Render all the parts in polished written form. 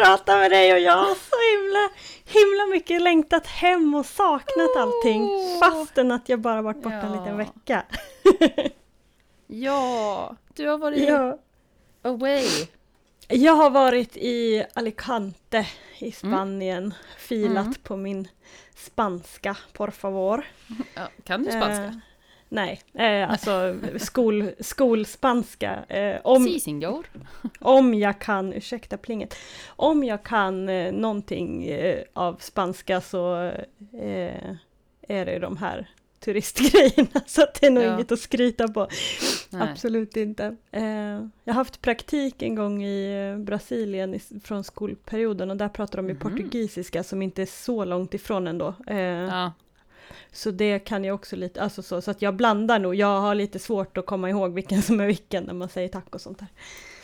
prata med dig och jag har så himla mycket längtat hem och saknat allting. Fastän att jag bara varit borta en liten vecka. Ja, du har varit away. Jag har varit i Alicante i Spanien. Filat på min spanska, por favor. Ja, kan du spanska? Nej, alltså skolspanska. Si, senor. Om jag kan, ursäkta plinget, om jag kan någonting av spanska så är det de här turistgrejerna, så att det är nog inget att skryta på. Nej. Absolut inte. Jag har haft praktik en gång i Brasilien från skolperioden och där pratar de ju portugisiska som inte är så långt ifrån ändå. Så det kan jag också lite, alltså så att jag blandar nog. Jag har lite svårt att komma ihåg vilken som är vilken när man säger tack och sånt där.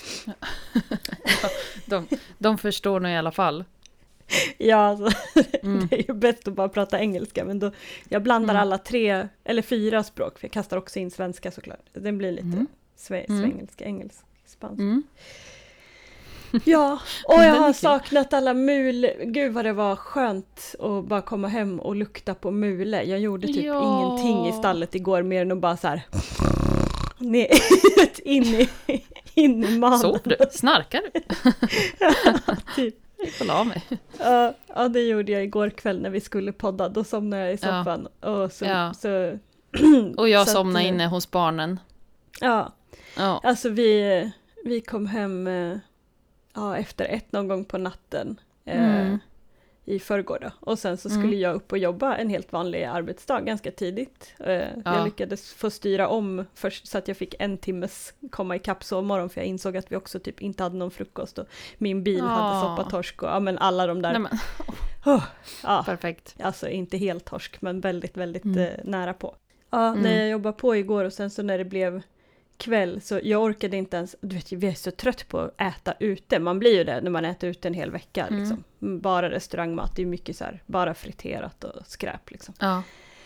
De förstår nog i alla fall. Ja, alltså, det är ju bäst att bara prata engelska, men då, jag blandar alla 3 eller 4 språk, för jag kastar också in svenska såklart. Den blir lite svengelska, engelsk, spansk. Ja, och jag har saknat alla gud vad det var skönt att bara komma hem och lukta på mule. Jag gjorde typ ingenting i stallet igår mer än att bara så här in i magen. Sov du? Snarkar du? Typ. Av mig. Ja, det gjorde jag igår kväll när vi skulle podda. Då somnade jag i soffan. Och, så, och jag somnade inne hos barnen. Ja. Alltså vi kom hem efter 1 någon gång på natten i förrgår då. Och sen så skulle jag upp och jobba en helt vanlig arbetsdag ganska tidigt. Jag lyckades få styra om först så att jag fick 1 timmes komma ikapp sovmorgon, för jag insåg att vi också typ inte hade någon frukost och min bil hade soppatorsk och men alla de där. Perfekt. Alltså inte helt torsk, men väldigt, väldigt nära på. Ja, när jag jobbade på igår och sen så när det blev kväll så jag orkade inte ens, du vet, vi är så trött på att äta ute. Man blir ju det när man äter ute en hel vecka liksom. Bara restaurangmat, det är mycket så här, bara friterat och skräp liksom. Ja.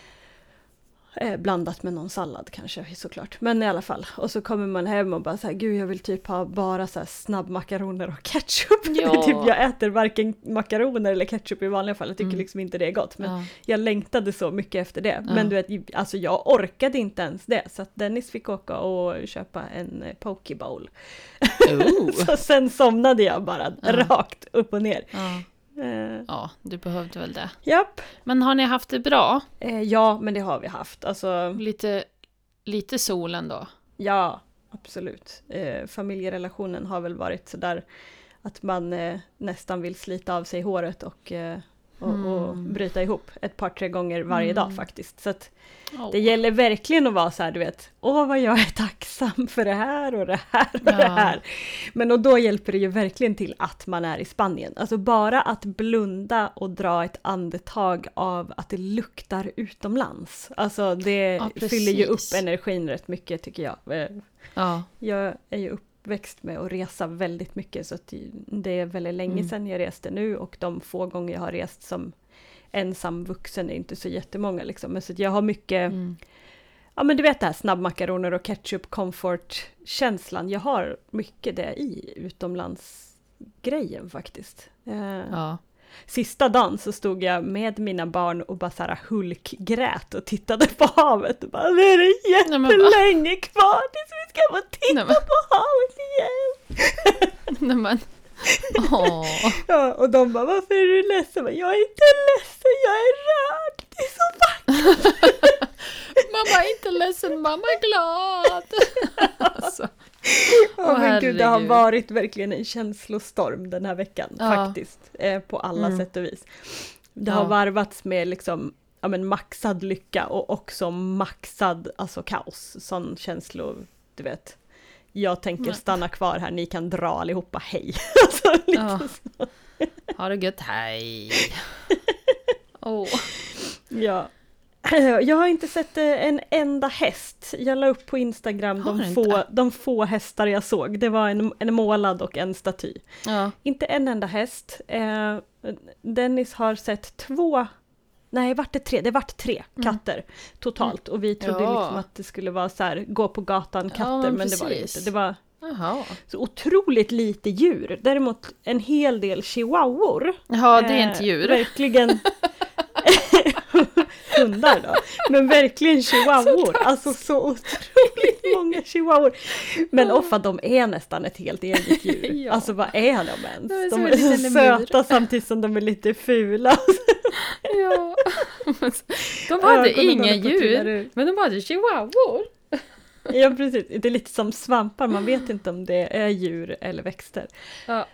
Blandat med någon sallad kanske såklart. Men i alla fall. Och så kommer man hem och bara så här, gud jag vill typ ha bara så här snabbmakaroner och ketchup. Ja. Typ, jag äter varken makaroner eller ketchup i vanliga fall. Jag tycker liksom inte det är gott. Men jag längtade så mycket efter det. Men du vet, alltså jag orkade inte ens det. Så att Dennis fick åka och köpa en pokeball. Så sen somnade jag bara rakt upp och ner. Ja, du behövde väl det. Japp. Men har ni haft det bra? Ja, men det har vi haft. Alltså, lite solen då? Ja, absolut. Familjerelationen har väl varit så där att man nästan vill slita av sig håret och bryta ihop ett par 3 gånger varje dag faktiskt. Så att det gäller verkligen att vara så här, du vet, vad jag är tacksam för det här och det här och det här. Men och då hjälper det ju verkligen till att man är i Spanien. Alltså bara att blunda och dra ett andetag av att det luktar utomlands. Alltså det fyller ju upp energin rätt mycket tycker jag. Jag är ju uppväxt med att resa väldigt mycket, så att det är väldigt länge sedan jag reste nu, och de få gånger jag har rest som ensam vuxen är inte så jättemånga liksom. Men så att jag har mycket ja men du vet det här snabbmakaroner och ketchup comfort-känslan. Jag har mycket det i utomlandsgrejen faktiskt. Sista dagen så stod jag med mina barn och bara så här hulkgrät och tittade på havet och bara, det är jättelänge kvar tills vi ska få titta på havet igen. Nämen. Ja, och de bara, varför är du ledsen? Jag är inte ledsen, jag är rörd. Det är så vackert. Mamma är inte ledsen, mamma är glad. Alltså. Men gud, det har varit verkligen en känslostorm den här veckan faktiskt, på alla sätt och vis. Det har varvats med liksom, ja, men maxad lycka och också maxad alltså kaos, sån känslor, du vet. Jag tänker stanna kvar här, ni kan dra allihopa, hej. Alltså, lite så. Ha det gött, hej. Ja. Jag har inte sett en enda häst. Jag la upp på Instagram de få hästar jag såg. Det var en målad och en staty. Ja. Inte en enda häst. Dennis har sett 2... Nej, det vart 3 katter totalt. Och vi trodde liksom att det skulle vara så här, gå på gatan katter. Men det var det inte. Det var Jaha. Så otroligt lite djur. Däremot en hel del chihuahuor. Ja, det är inte djur. Verkligen hundar då. Men verkligen chihuahuor. Alltså så otroligt många chihuahuor. Men ofta de är nästan ett helt eget djur. Ja. Alltså vad är de ens? De är De som en är så liten söta samtidigt som de är lite fula. Ja. De hade Ögonen inga håller på att djur, trilla ut. men de hade chihuahuor. Ja precis, det är lite som svampar. Man vet inte om det är djur eller växter. Ja.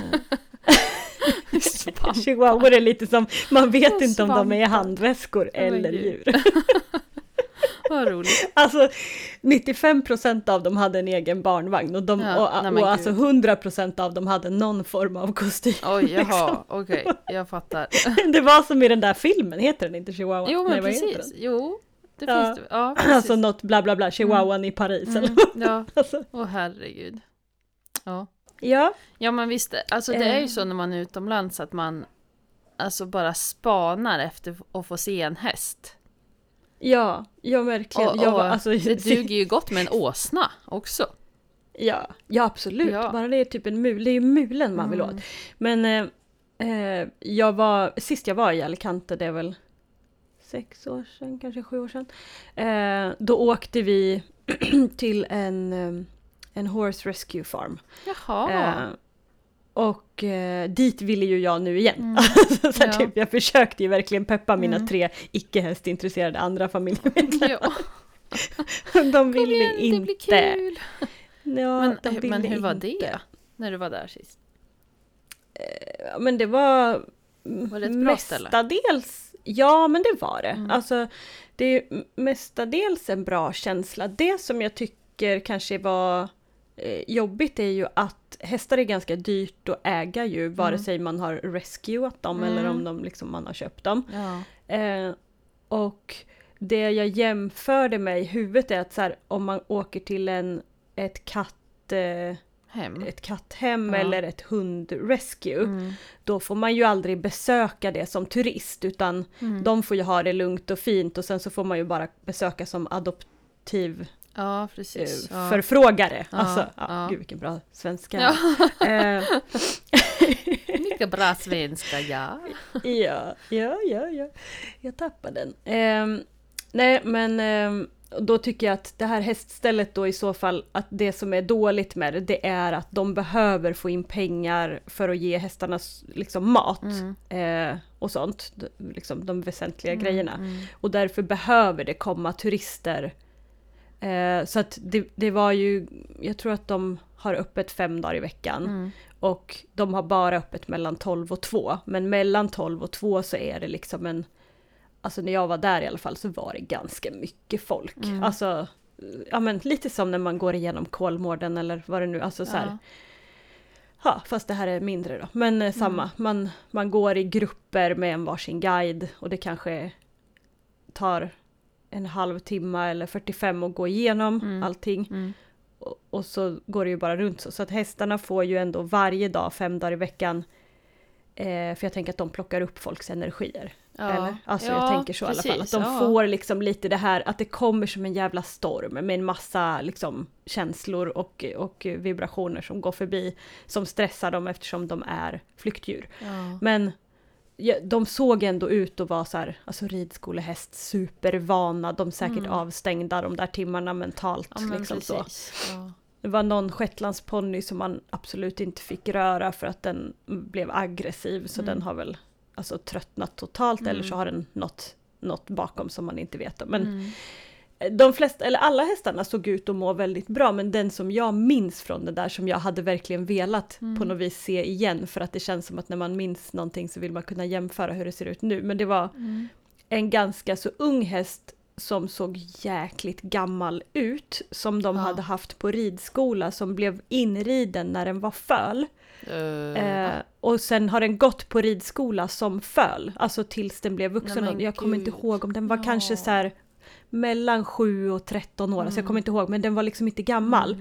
Chihuahuor är lite som, man vet Och inte om de är svampar. handväskor men eller gud. djur. Vad roligt. Alltså 95% av dem hade en egen barnvagn och, Ja, nej, men och alltså gud. 100% av dem hade någon form av kostym. Oj, jaha, liksom. okej, jag fattar. Det var som i den där filmen, heter den inte Chihuahua? Jo, men Nej, vad heter precis. den? Jo, det Ja. finns det. Ja, precis. Alltså något bla bla bla, Chihuahuan i Paris eller Ja, alltså. åh herregud. Ja. Ja, Ja, men visst, alltså det är ju så när man är utomlands att man alltså bara spanar efter att få se en häst. ja, verkligen. Och, Jag var, alltså, det duger ju gott med en åsna också. ja, absolut. Ja. Bara det är typ en mul, det är ju mulen man vill åt. Men sist jag var i Alicante, det är väl 6 år sedan, kanske 7 år sedan. Då åkte vi till en horse rescue farm. Jaha. Och dit ville ju jag nu igen. Så Ja. typ, jag försökte ju verkligen peppa mina 3 icke-hästintresserade andra familjemedlemmar. Ja. De ville igen, det inte. blir kul. Ja, de ville Men hur var inte. det när du var där sist? Ja, men det var Var det ett bra ställe? mestadels, ja men det var det. Alltså det är mestadels en bra känsla. Det som jag tycker kanske var jobbigt är ju att hästar är ganska dyrt att äga ju, vare sig man har rescuat dem eller om de liksom, man har köpt dem. Ja. Och det jag jämförde med i huvudet är att så här, om man åker till ett katthem eller ett hundrescue, då får man ju aldrig besöka det som turist, utan de får ju ha det lugnt och fint och sen så får man ju bara besöka som adoptiv Ja, precis. Ja. förfrågare. Ja, Alltså, ja. Gud vilken bra svenska. Ja. Mycket bra svenska, ja. Ja. Jag tappade den. Nej, men då tycker jag att det här häststället då i så fall, att det som är dåligt med det är att de behöver få in pengar för att ge hästarna liksom mat och sånt, liksom de väsentliga grejerna. Och därför behöver det komma turister. Så att det var ju, jag tror att de har öppet 5 dagar i veckan. Och de har bara öppet mellan 12 och 2. Men mellan 12 och 2 så är det liksom alltså när jag var där i alla fall så var det ganska mycket folk. Alltså, ja men lite som när man går igenom Kolmården eller vad det nu, alltså så här. Ja, fast det här är mindre då. Men samma, man går i grupper med en varsin guide och det kanske tar en halvtimme eller 45 att gå igenom allting. Och så går det ju bara runt så. Så att hästarna får ju ändå varje dag 5 dagar i veckan. För jag tänker att de plockar upp folks energier. Ja. Eller? Alltså Ja, jag tänker så precis. i alla fall. Att de får liksom lite det här, att det kommer som en jävla storm med en massa liksom känslor och vibrationer som går förbi. Som stressar dem eftersom de är flyktdjur. Ja. Men de såg ändå ut att vara så här, alltså ridskolehäst, supervana, de är säkert avstängda de där timmarna mentalt. Ja, men liksom så. Ja. Det var någon shetlandsponny som man absolut inte fick röra för att den blev aggressiv, så den har väl alltså tröttnat totalt eller så har den något bakom som man inte vet om. Men de flesta, eller alla hästarna såg ut att må väldigt bra, men den som jag minns från det där som jag hade verkligen velat på något vis se igen, för att det känns som att när man minns någonting så vill man kunna jämföra hur det ser ut nu. Men det var en ganska så ung häst som såg jäkligt gammal ut, som de hade haft på ridskola, som blev inriden när den var föl. Och sen har den gått på ridskola som föl, alltså tills den blev vuxen. Nej, men jag kommer inte ihåg om den var kanske så här mellan 7 och 13 år, så jag kommer inte ihåg, men den var liksom inte gammal.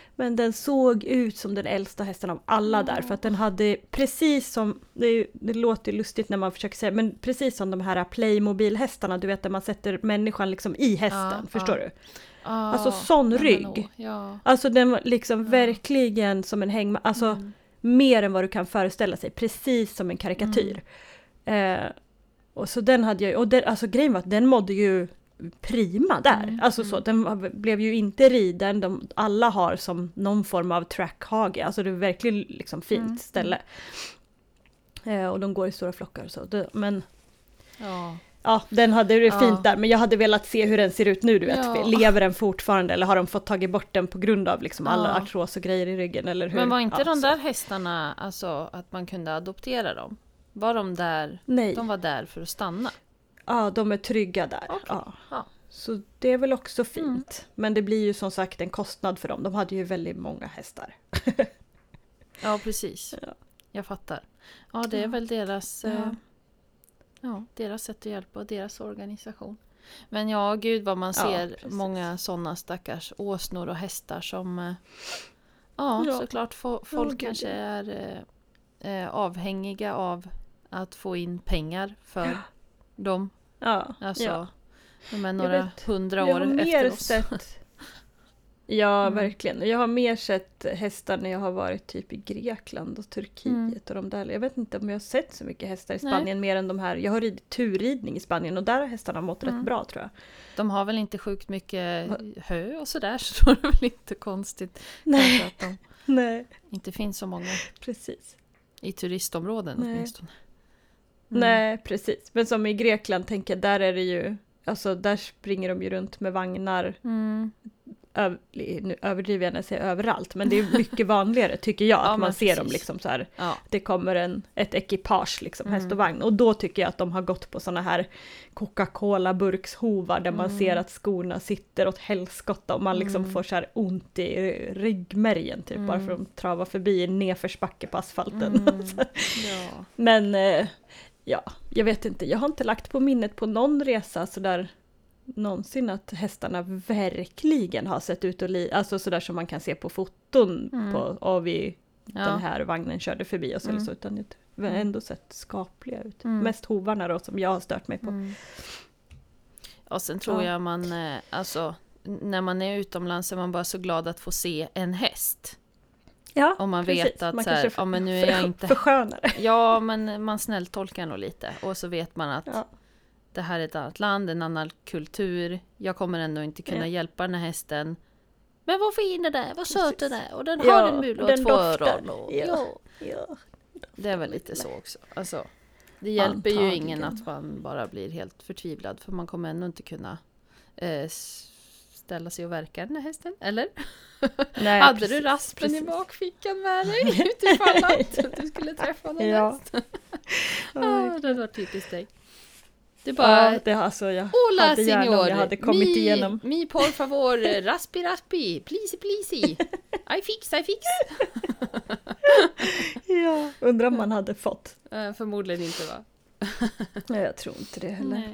Men den såg ut som den äldsta hästen av alla där. För att den hade precis som, det låter lustigt när man försöker säga, men precis som de här Playmobil-hästarna, du vet där man sätter människan liksom i hästen, förstår du? Alltså sån rygg. Alltså den var liksom verkligen som en hängmatta, alltså mer än vad du kan föreställa sig, precis som en karikatyr. Och så den hade jag, och den, alltså grejen var att den mådde ju prima där. Alltså så, den blev ju inte riden, alla har som någon form av trackhage, alltså det är verkligen liksom fint ställe. Och de går i stora flockar och så. Men ja, den hade det fint där, men jag hade velat se hur den ser ut nu, du vet. Lever den fortfarande eller har de fått tagit bort den på grund av liksom alla artros och grejer i ryggen, eller hur? Men var inte de där hästarna, alltså att man kunde adoptera dem? Var de där? Nej. De var där för att stanna? Ja, de är trygga där. Okay. Ja. Så det är väl också fint. Men det blir ju som sagt en kostnad för dem. De hade ju väldigt många hästar. Ja, precis. Ja. Jag fattar. Ja, det är väl deras... deras sätt att hjälpa och deras organisation. Men ja, gud vad man ser många sådana stackars åsnor och hästar som såklart folk kanske är avhängiga av att få in pengar för dem. Ja, alltså de är några 100 år efter oss. Ja, verkligen. Jag har mer sett hästar när jag har varit typ i Grekland och Turkiet och de där. Jag vet inte om jag har sett så mycket hästar i Spanien mer än de här. Jag har ridit turridning i Spanien och där har hästarna mått rätt bra, tror jag. De har väl inte sjukt mycket hö och sådär, så det är väl inte konstigt. Nej. Att de inte finns så många. Precis. I turistområden åtminstone. Nej, precis. Men som i Grekland tänker jag, där är det ju, alltså där springer de ju runt med vagnar. Nu överdriver jag när jag säger överallt, men det är mycket vanligare tycker jag, att man ser dem liksom så här, det kommer ett ekipage liksom, häst och vagn, och då tycker jag att de har gått på såna här Coca-Cola-burkshovar där man ser att skorna sitter åt helskotta och man liksom får så här ont i ryggmärgen typ, bara för att de travar förbi en nedförsbacke på asfalten. Men jag vet inte, jag har inte lagt på minnet på någon resa så där någonsin att hästarna verkligen har sett ut och alltså sådär som man kan se på foton av den här vagnen körde förbi oss eller så, utan det har ändå sett skapliga ut. Mest hovarna då som jag har stört mig på. Och sen tror jag man, alltså när man är utomlands är man bara så glad att få se en häst. Ja, om man precis. vet att man så här, men nu är jag inte förskönare. Ja, men man snälltolkar nog lite och så vet man att det här är ett annat land, en annan kultur. Jag kommer ändå inte kunna hjälpa den här hästen. Men vad fin den är, vad söt den är. Och den har en mul och två öron. Det är väl lite så också. Alltså, det hjälper ju ingen att man bara blir helt förtvivlad. För man kommer ändå inte kunna ställa sig och verka den här hästen. Eller? Nej, hade du raspen i bakfickan med dig utifall att du skulle träffa någon häst? Det var typiskt dig. Det bara, jag hade gärna om jag hade kommit igenom. Mi por favor, raspi, please. I fix. Undrar om man hade fått. Förmodligen inte, va? Nej, jag tror inte det heller.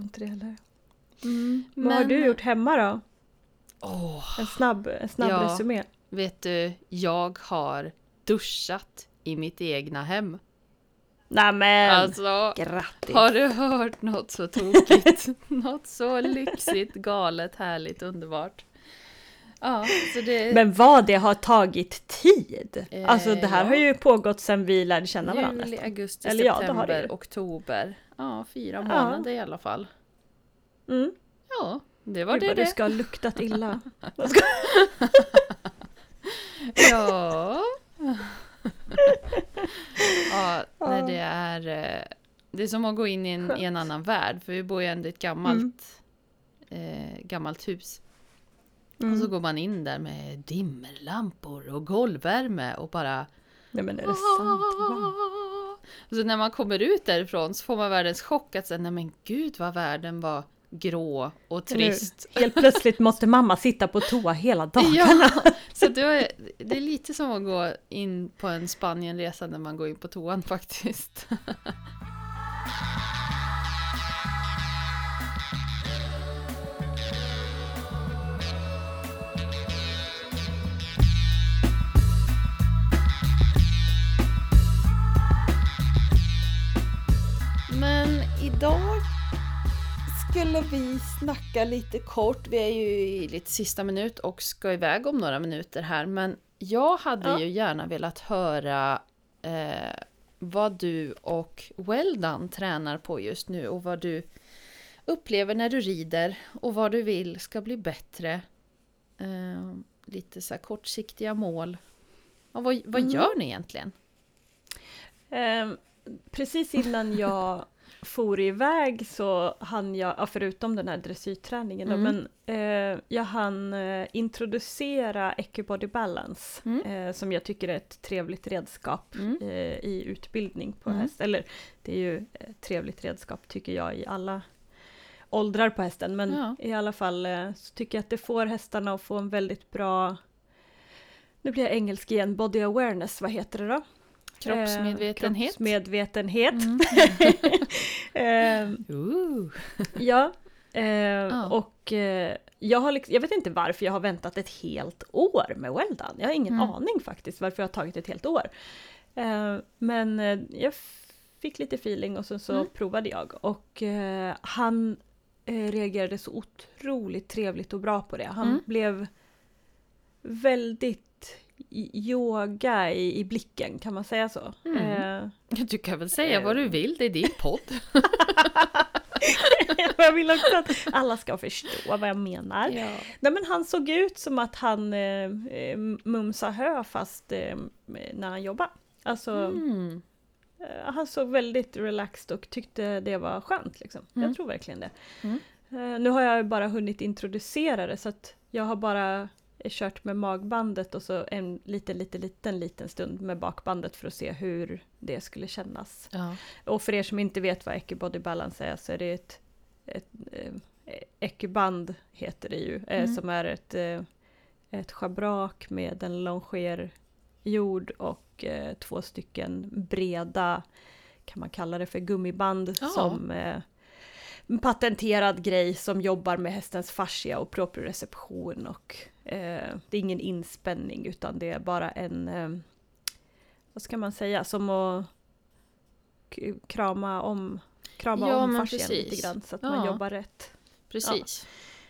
Vad har du gjort hemma då? En snabb resumé. Vet du, jag har duschat i mitt egna hem. Nämen, alltså, grattis. Har du hört något så tokigt? Något så lyxigt, galet, härligt, underbart. Ja, så det... Men vad det har tagit tid. Alltså det här har ju pågått sedan vi lärde känna varandra. Juli, augusti, september, oktober. Ja, 4 månader i alla fall. Ja, det var det. Du ska ha luktat illa. Ja. Nej, det är som att gå in i en annan värld, för vi bor ju ändå i ett gammalt hus. Och så går man in där med dimmerlampor och golvvärme och bara... Nej, men är det sant? Och så när man kommer ut därifrån så får man världens chock att säga, nej men gud vad världen var grå och trist. Helt plötsligt måste mamma sitta på toa hela dagarna. Ja, så det är lite som att gå in på en Spanienresa när man går in på toan faktiskt. skulle vi snacka lite kort. Vi är ju i lite sista minut och ska iväg om några minuter här. Men jag hade ju gärna velat höra vad du och Well Done tränar på just nu. Och vad du upplever när du rider. Och vad du vill ska bli bättre. Lite så här kortsiktiga mål. Och vad gör ni egentligen? Precis innan jag for iväg så hann jag, förutom den här dressyrträningen då, men jag hann introducera Ecobody Balance som jag tycker är ett trevligt redskap i utbildning på häst. Eller det är ju ett trevligt redskap tycker jag i alla åldrar på hästen, men i alla fall så tycker jag att det får hästarna att få en väldigt bra, nu blir jag engelsk igen, body awareness, vad heter det då? Kroppsmedvetenhet. Kroppsmedvetenhet. Och jag vet inte varför jag har väntat ett helt år med Well Done. Jag har ingen aning faktiskt varför jag har tagit ett helt år. Men jag fick lite feeling och så provade jag. Och han reagerade så otroligt trevligt och bra på det. Han blev väldigt yoga i blicken, kan man säga så? Du kan väl säga vad du vill, det är din podd. Jag vill också att alla ska förstå vad jag menar. Nej, men han såg ut som att han mumsade hö fast när han jobbade. Alltså, han såg väldigt relaxed och tyckte det var skönt. Liksom. Jag tror verkligen det. Nu har jag bara hunnit introducera det så att jag har bara kört med magbandet och så en liten stund med bakbandet för att se hur det skulle kännas. Och för er som inte vet vad Ecobody Balance är så är det ett Ecoband heter det ju, som är ett schabrak med en longerjord och 2 stycken breda, kan man kalla det för gummiband, som patenterad grej som jobbar med hästens fascia och proprioception, och det är ingen inspänning utan det är bara en vad ska man säga, som att krama om fascian lite grann så att man jobbar rätt. Precis.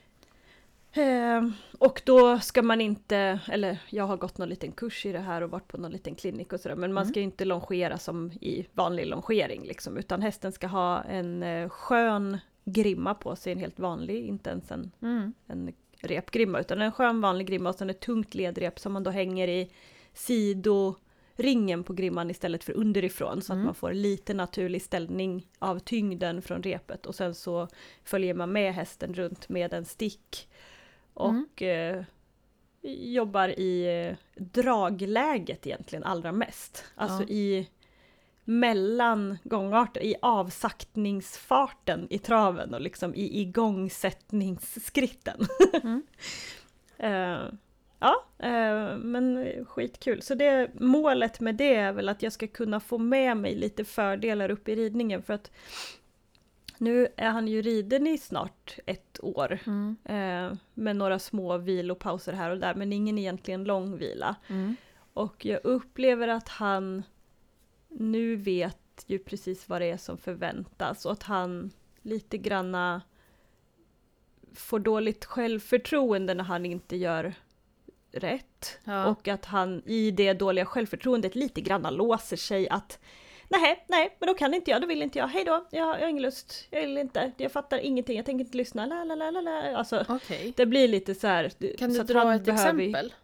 Och då ska man inte, eller jag har gått någon liten kurs i det här och varit på någon liten klinik och sådär, men man ska ju inte longera som i vanlig longering liksom, utan hästen ska ha en skön grimma på sig, en helt vanlig, inte ens en repgrimma, utan en skön vanlig grimma och sen ett tungt ledrep som man då hänger i sidoringen på grimman istället för underifrån, så att man får lite naturlig ställning av tyngden från repet, och sen så följer man med hästen runt med en stick och jobbar i dragläget egentligen allra mest. Alltså i mellan gångarter, i avsaktningsfarten i traven och liksom i igångsättningsskritten. Men skitkul. Så målet med det är väl att jag ska kunna få med mig lite fördelar upp i ridningen, för att nu är han ju riden i snart 1 år med några små vilopauser här och där, men ingen egentligen lång vila. Och jag upplever att han nu vet ju precis vad det är som förväntas, och att han lite granna får dåligt självförtroende när han inte gör rätt. Och att han i det dåliga självförtroendet lite granna låser sig att nej, men då kan inte jag, då vill inte jag, hej då, jag har ingen lust, jag vill inte, jag fattar ingenting, jag tänker inte lyssna, alltså, det blir lite så här. Kan du så dra ett exempel?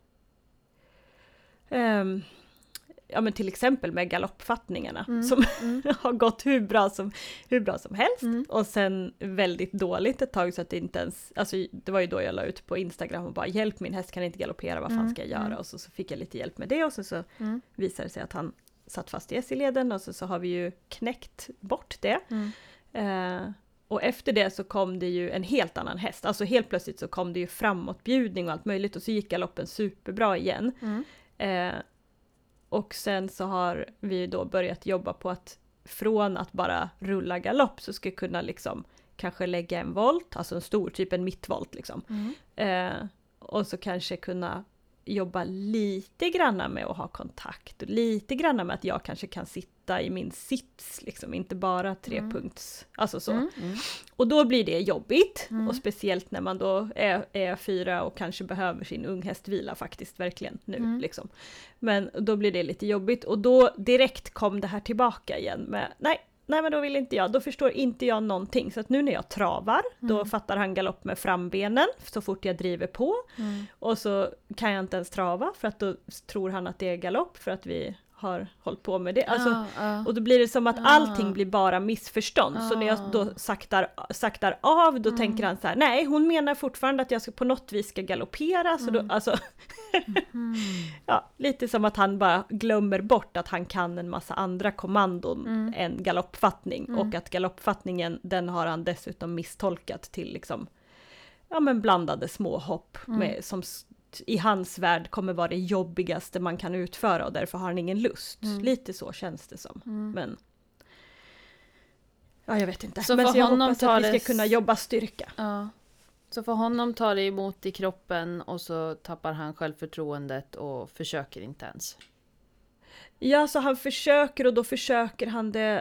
Ja, men till exempel med galoppfattningarna som har gått hur bra som helst och sen väldigt dåligt ett tag, så att det inte ens, alltså det var ju då jag la ut på Instagram och bara hjälp, min häst kan inte galoppera, vad fan ska jag göra? Och så fick jag lite hjälp med det, och så visade det sig att han satt fast i SI-leden, och så har vi ju knäckt bort det. Och efter det så kom det ju en helt annan häst, alltså helt plötsligt så kom det ju framåtbjudning och allt möjligt, och så gick galoppen superbra igen. Och sen så har vi då börjat jobba på att från att bara rulla galopp så ska jag kunna liksom kanske lägga en volt, alltså en stor, typ en mittvolt liksom. Och så kanske kunna jobba lite granna med att ha kontakt och lite granna med att jag kanske kan sitta i min sits, liksom, inte bara 3-punkts, alltså så. Och då blir det jobbigt, och speciellt när man då är 4 och kanske behöver sin unghästvila faktiskt verkligen nu, liksom. Men då blir det lite jobbigt, och då direkt kom det här tillbaka igen med, nej men då vill inte jag, då förstår inte jag någonting. Så att nu när jag travar, då fattar han galopp med frambenen så fort jag driver på. Och så kan jag inte ens trava, för att då tror han att det är galopp, för att vi har hållit på med det. Alltså, och då blir det som att allting blir bara missförstånd. Så när jag då saktar av, då tänker han så här, nej, hon menar fortfarande att jag ska på något vis ska galoppera. Så då, alltså, ja, lite som att han bara glömmer bort att han kan en massa andra kommandon än galoppfattning. Och att galoppfattningen, den har han dessutom misstolkat till liksom, ja, men blandade småhopp med, som i hans värld kommer vara det jobbigaste man kan utföra, och därför har han ingen lust. Lite så känns det som. Men ja, jag vet inte. Så jag hoppas att vi ska kunna jobba styrka. Ja. Så för honom tar det emot i kroppen, och så tappar han självförtroendet och försöker inte ens. Ja, så han försöker, och då försöker han det.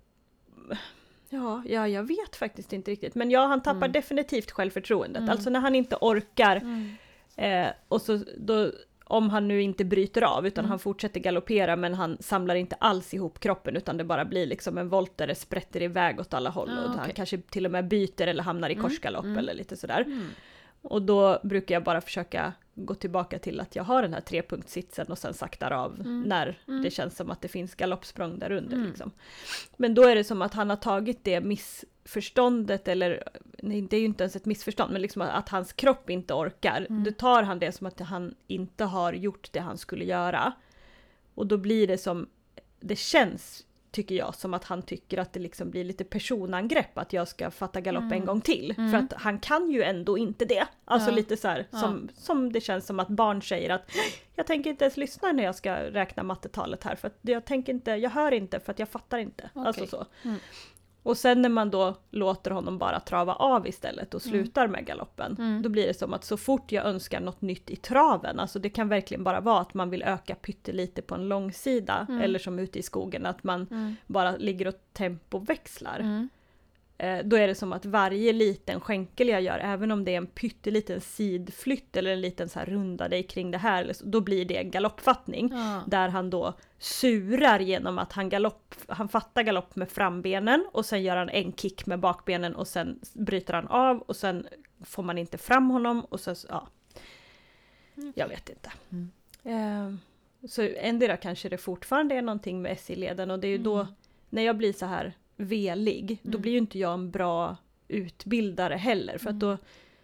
Ja, jag vet faktiskt inte riktigt. Men ja, han tappar definitivt självförtroendet. Alltså när han inte orkar. Och så då, om han nu inte bryter av, utan han fortsätter galoppera, men han samlar inte alls ihop kroppen, utan det bara blir liksom en volt där det sprätter iväg åt alla håll, och han kanske till och med byter eller hamnar i korsgalopp eller lite sådär. Och då brukar jag bara försöka gå tillbaka till att jag har den här 3-punktssitsen och sen saktar av när det känns som att det finns galoppsprång där under. Liksom. Men då är det som att han har tagit det missförståndet, eller nej, det är ju inte ens ett missförstånd, men liksom att hans kropp inte orkar. Då tar han det som att han inte har gjort det han skulle göra. Och då blir det som, det känns, tycker jag, som att han tycker att det liksom blir lite personangrepp att jag ska fatta galopp en gång till. För att han kan ju ändå inte det. Alltså lite så här, som det känns som att barn säger att jag tänker inte ens lyssna när jag ska räkna mattetalet här, för att jag hör inte för att jag fattar inte. Okay. Alltså så. Och sen när man då låter honom bara trava av istället och slutar med galoppen, då blir det som att så fort jag önskar något nytt i traven, alltså det kan verkligen bara vara att man vill öka pyttelite på en långsida, eller som ute i skogen, att man bara ligger och tempoväxlar. Då är det som att varje liten skänkel jag gör, även om det är en pytteliten sidflytt eller en liten så här runda dig kring det här, då blir det en galoppfattning. Där han då surar genom att han fattar galopp med frambenen, och sen gör han en kick med bakbenen, och sen bryter han av, och sen får man inte fram honom, och så, ja. Jag vet inte. Så ändå kanske det fortfarande är någonting med SI-leden, och det är ju då, när jag blir så här velig, då blir ju inte jag en bra utbildare heller, för att då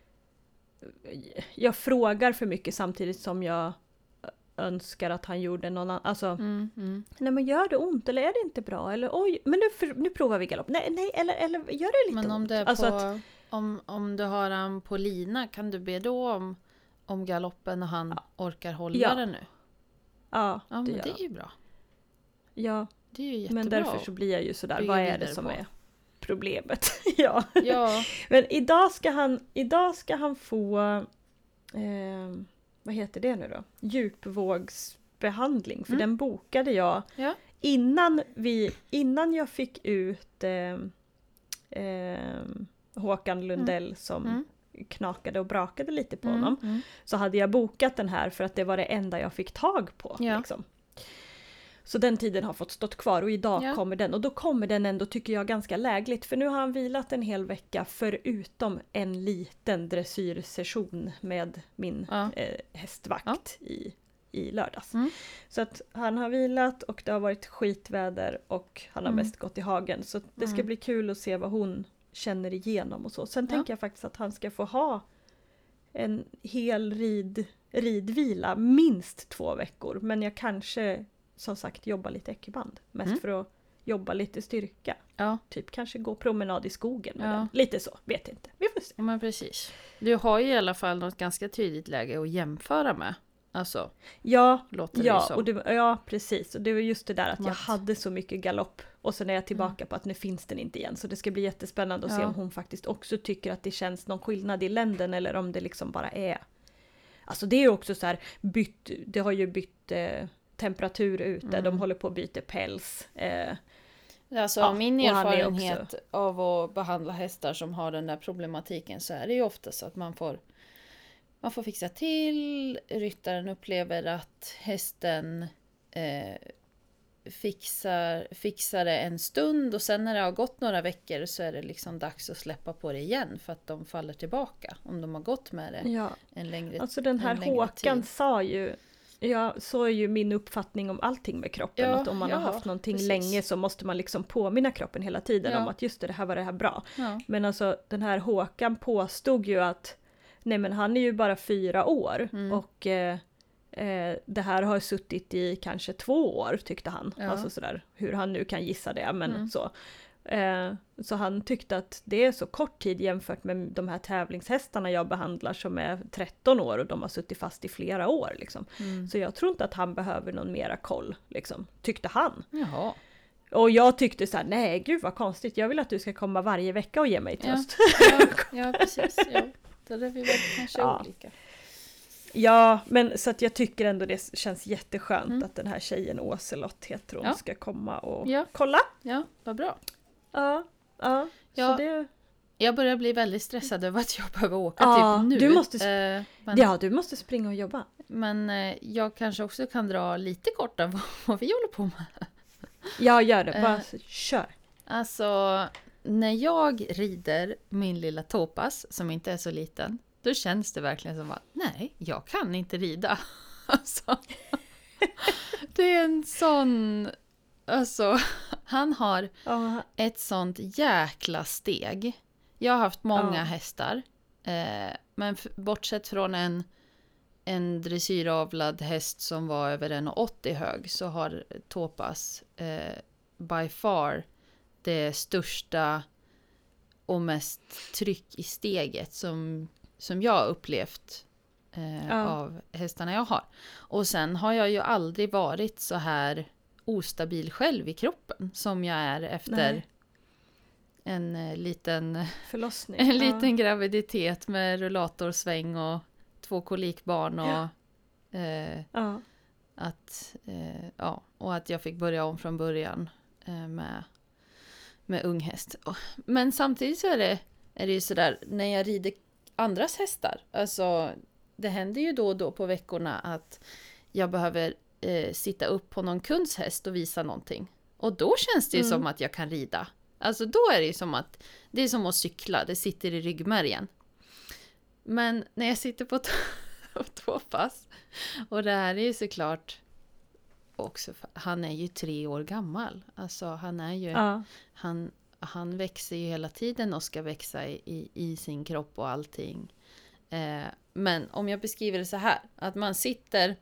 jag frågar för mycket samtidigt som jag önskar att han gjorde någon annan, alltså nej, men gör det ont eller är det inte bra, eller oj, men nu provar vi galopp, nej eller gör det lite ont. Men om ont? det är alltså på, om du har han på lina, kan du be då om galoppen och han orkar hålla det nu? Ja, men det är ju bra. Ja, det är ju jättebra. Men därför så blir jag ju sådär, vad är det som är problemet? ja. Men idag ska han få vad heter det nu då? Djupvågsbehandling, för den bokade jag innan jag fick ut Håkan Lundell som knakade och brakade lite på honom. Så hade jag bokat den här för att det var det enda jag fick tag på. Liksom. Så den tiden har fått stått kvar, och idag kommer den. Och då kommer den ändå, tycker jag, ganska lägligt. För nu har han vilat en hel vecka, förutom en liten dressyrsession med min hästvakt i lördags. Så att han har vilat, och det har varit skitväder, och han har mest gått i hagen. Så det ska bli kul att se vad hon känner igenom och så. Sen tänker jag faktiskt att han ska få ha en hel ridvila, minst 2 veckor. Men jag kanske, som sagt, jobba lite ekiband. Mest för att jobba lite styrka. Typ kanske gå promenad i skogen med den. Lite så, vet inte. Vi får se. Men precis. Du har ju i alla fall något ganska tydligt läge att jämföra med. Alltså, låter det som. Och precis. Och det var just det där att jag hade så mycket galopp. Och sen är jag tillbaka på att nu finns den inte igen. Så det ska bli jättespännande att se om hon faktiskt också tycker att det känns någon skillnad i länden. Eller om det liksom bara är alltså det är ju också så här det har ju bytt temperatur ute, de håller på att byta päls. Alltså min erfarenhet av att behandla hästar som har den där problematiken, så är det ju ofta så att man får fixa till, ryttaren upplever att hästen fixar det en stund, och sen när det har gått några veckor så är det liksom dags att släppa på det igen för att de faller tillbaka om de har gått med det en längre tid. Alltså den här Håkan sa ju, så är ju min uppfattning om allting med kroppen, att om man har haft någonting länge så måste man liksom påminna kroppen hela tiden om att just det här var det här bra. Men alltså den här Håkan påstod ju att nej, men han är ju bara 4 år och det här har suttit i kanske 2 år, tyckte han. Alltså sådär, hur han nu kan gissa det, men så. Så han tyckte att det är så kort tid jämfört med de här tävlingshästarna jag behandlar som är 13 år och de har suttit fast i flera år. Liksom. Så jag tror inte att han behöver någon mera koll, liksom, tyckte han. Jaha. Och jag tyckte så här, nej gud vad konstigt, jag vill att du ska komma varje vecka och ge mig tröst. Ja, precis. Ja. Då är vi väl kanske olika. Ja, men så att jag tycker ändå det känns jätteskönt att den här tjejen Åselott heter hon ska komma och kolla. Ja, vad bra. Ja. Så det... Jag börjar bli väldigt stressad över att jag behöver åka typ nu. Du måste springa och jobba. Men jag kanske också kan dra lite kort av vad vi håller på med. Ja, gör det. Bara kör. Alltså, när jag rider min lilla Topas, som inte är så liten, då känns det verkligen som att nej, jag kan inte rida. Alltså, det är en sån... Alltså, han har ett sånt jäkla steg. Jag har haft många hästar. Men bortsett från en dressyravlad häst som var över 1,80 hög, så har Topas by far det största och mest tryck i steget som jag har upplevt av hästarna jag har. Och sen har jag ju aldrig varit så här ostabil själv i kroppen som jag är efter en liten förlossning. En liten graviditet med rullatorsväng och 2 kolikbarn och och att jag fick börja om från början med ung häst. Men samtidigt så är det ju sådär när jag rider andras hästar. Alltså det händer ju då och då på veckorna att jag behöver sitta upp på någon kunds häst och visa någonting. Och då känns det ju som att jag kan rida. Alltså då är det ju som att det är som att cykla, det sitter i ryggmärgen. Men när jag sitter på 2 pass, och det här är ju såklart också, han är ju 3 år gammal. Alltså han är ju han växer ju hela tiden och ska växa i sin kropp och allting. Men om jag beskriver det så här, att man sitter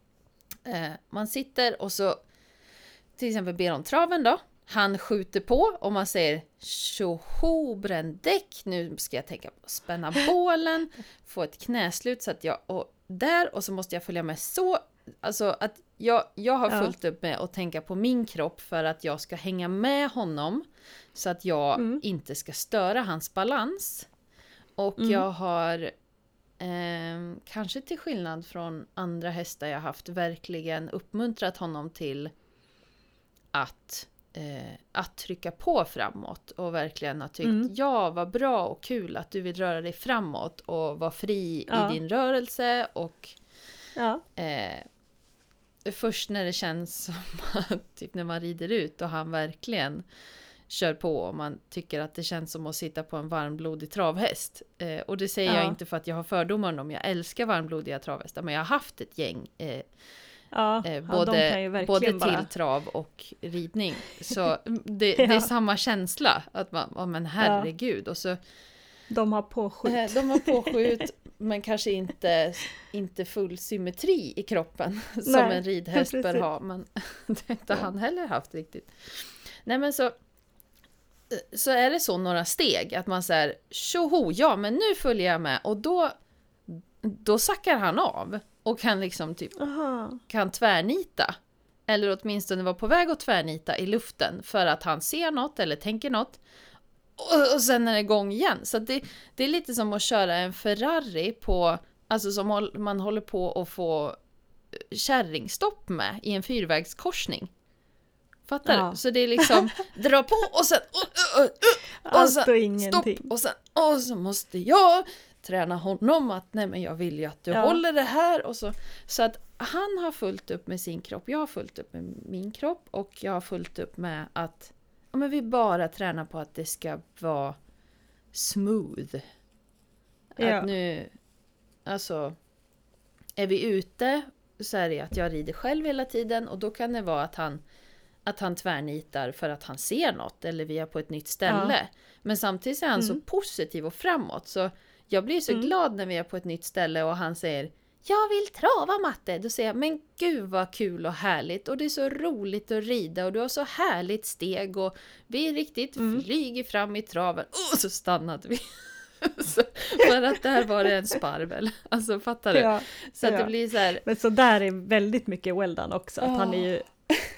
och så till exempel ber om traven då. Han skjuter på och man säger tjoho, bränn däck, nu ska jag tänka på att spänna bålen, få ett knäslut så att och så måste jag följa med så, alltså att jag har fullt upp med att tänka på min kropp för att jag ska hänga med honom så att jag inte ska störa hans balans. Och jag har kanske till skillnad från andra hästar jag haft verkligen uppmuntrat honom till att trycka på framåt och verkligen har tyckt vad bra och kul att du vill röra dig framåt och vara fri i din rörelse och först när det känns som att typ när man rider ut och han verkligen kör på och man tycker att det känns som att sitta på en varmblodig travhäst. Och det säger jag inte för att jag har fördomar om. Jag älskar varmblodiga travhästar, men jag har haft ett gäng både till trav och ridning. Så det är samma känsla att men herregud. Och så, de har påskjut. Men kanske inte full symmetri i kroppen som en ridhäst bör ha. Men det har inte han heller haft riktigt. Nej, men så är det så några steg att man säger tjoho, ja men nu följer jag med, och då sackar han av och kan liksom typ kan tvärnita, eller åtminstone vara på väg att tvärnita i luften för att han ser något eller tänker något, och sen är det igång igen. Så det är lite som att köra en Ferrari på Alltså som man håller på att få kärringstopp med i en fyrvägskorsning. Fattar du? Så det är liksom dra på och sen och sen stopp och så måste jag träna honom att nej men jag vill ju att du håller det här och så att han har fullt upp med sin kropp, jag har fullt upp med min kropp och jag har fullt upp med att men vi bara tränar på att det ska vara smooth. Att nu alltså är vi ute så är det att jag rider själv hela tiden och då kan det vara att han tvärnitar för att han ser något eller vi är på ett nytt ställe. Men samtidigt är han så positiv och framåt så jag blir så glad när vi är på ett nytt ställe och han säger jag vill trava Matte. Då säger jag men gud vad kul och härligt och det är så roligt att rida och du har så härligt steg och vi riktigt flyger fram i traven och så stannade vi. Så, för att där var det en sparvel. Alltså fattar du? Så att det blir så här. Men så där är väldigt mycket Weldon också. Att han är ju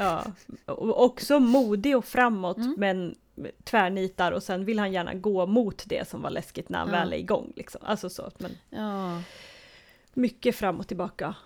också modig och framåt men tvärnitar och sen vill han gärna gå mot det som var läskigt när han väl är igång. Liksom. Alltså så. Men mycket fram och tillbaka.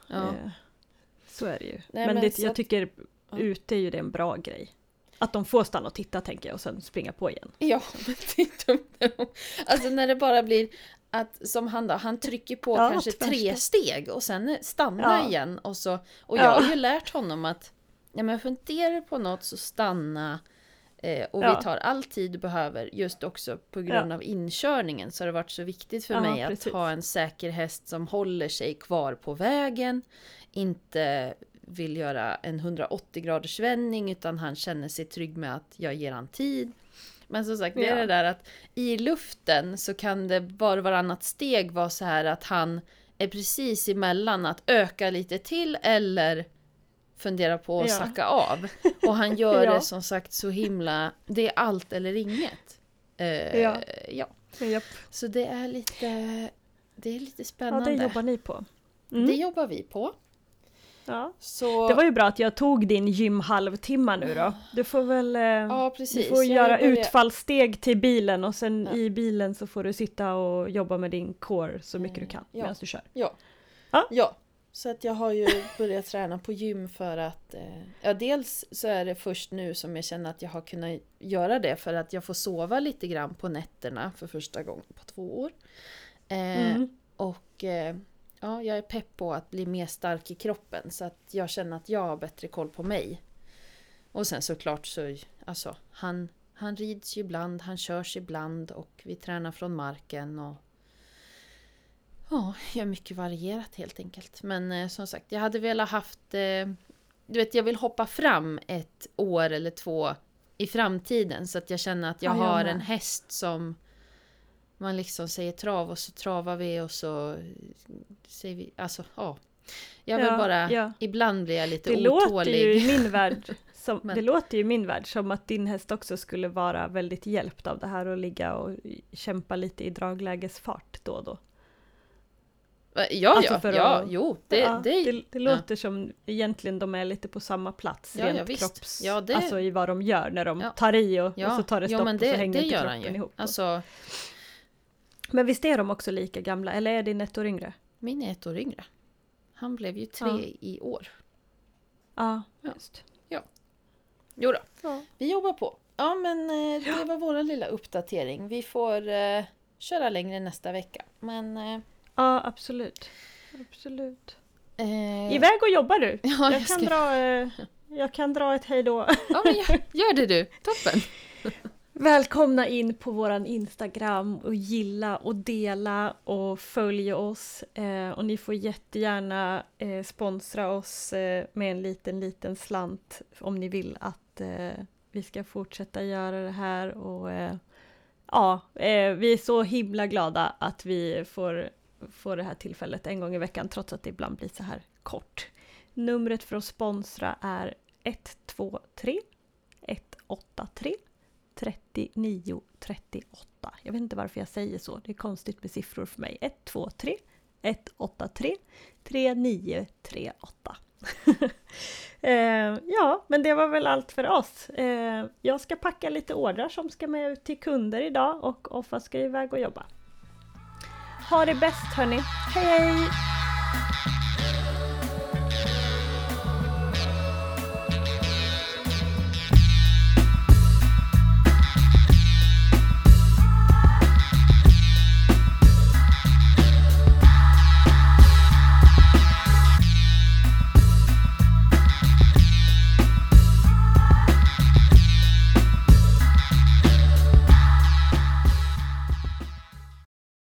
Så är det ju. Nej, men det, jag tycker ute är ju det en bra grej. Att de får stanna och titta tänker jag och sen springa på igen. Ja, men titta. Alltså när det bara blir att som han trycker på kanske 3 steg och sen stannar igen och jag har ju lärt honom att men funderar på något så stanna och vi tar all tid du behöver just också på grund av inkörningen så har det varit så viktigt för mig att ha en säker häst som håller sig kvar på vägen, inte vill göra en 180-graders vändning utan han känner sig trygg med att jag ger han tid. Men som sagt, det är det där att i luften så kan det bara varannat steg vara så här att han är precis emellan att öka lite till eller fundera på att sacka av. Och han gör det som sagt så himla, det är allt eller inget. Så det är lite spännande. Ja, det jobbar ni på. Det jobbar vi på. Ja. Så... Det var ju bra att jag tog din gymhalvtimme nu då. Du får väl du får göra utfallssteg till bilen och sen i bilen så får du sitta och jobba med din core så mycket du kan medan du kör. Ja, så att jag har ju börjat träna på gym för att dels så är det först nu som jag känner att jag har kunnat göra det för att jag får sova lite grann på nätterna för första gången på 2 år. Och jag är pepp på att bli mer stark i kroppen så att jag känner att jag har bättre koll på mig. Och sen såklart så, alltså, han rids ju ibland, han körs ibland och vi tränar från marken och gör mycket varierat helt enkelt. Men som sagt, jag hade velat haft, jag vill hoppa fram 1 år eller 2 i framtiden så att jag känner att jag har en häst som man liksom säger trav och så travar vi och så säger vi, alltså jag vill bara, ibland blir jag lite otålig. Låter ju i min värld det låter ju i min värld som att din häst också skulle vara väldigt hjälpt av det här och ligga och kämpa lite i draglägesfart då och då. Det låter som egentligen de är lite på samma plats rent kropps, alltså i vad de gör när de tar i och så tar det stopp och så hänger inte kroppen ihop. Alltså, men visst är de också lika gamla eller är din 1 år yngre? Min är 1 år yngre. Han blev ju 3 i år. Ja, just. Ja. Jo då. Ja. Vi jobbar på. Ja, men det var vår lilla uppdatering. Vi får köra längre nästa vecka. Men ja, absolut. Iväg och jobbar du. Ja, jag kan dra ett hej då. Ja, men gör det du. Toppen. Välkomna in på våran Instagram och gilla och dela och följ oss. Och ni får jättegärna sponsra oss med en liten slant om ni vill att vi ska fortsätta göra det här. Och vi är så himla glada att vi får det här tillfället en gång i veckan trots att det ibland blir så här kort. Numret för att sponsra är 123 183 3938. Jag vet inte varför jag säger så. Det är konstigt med siffror för mig. 123 183 3938. Ja, men det var väl allt för oss. Jag ska packa lite ordrar som ska med ut till kunder idag och Offa ska iväg och jobba. Ha det bäst hörni. Hej hej!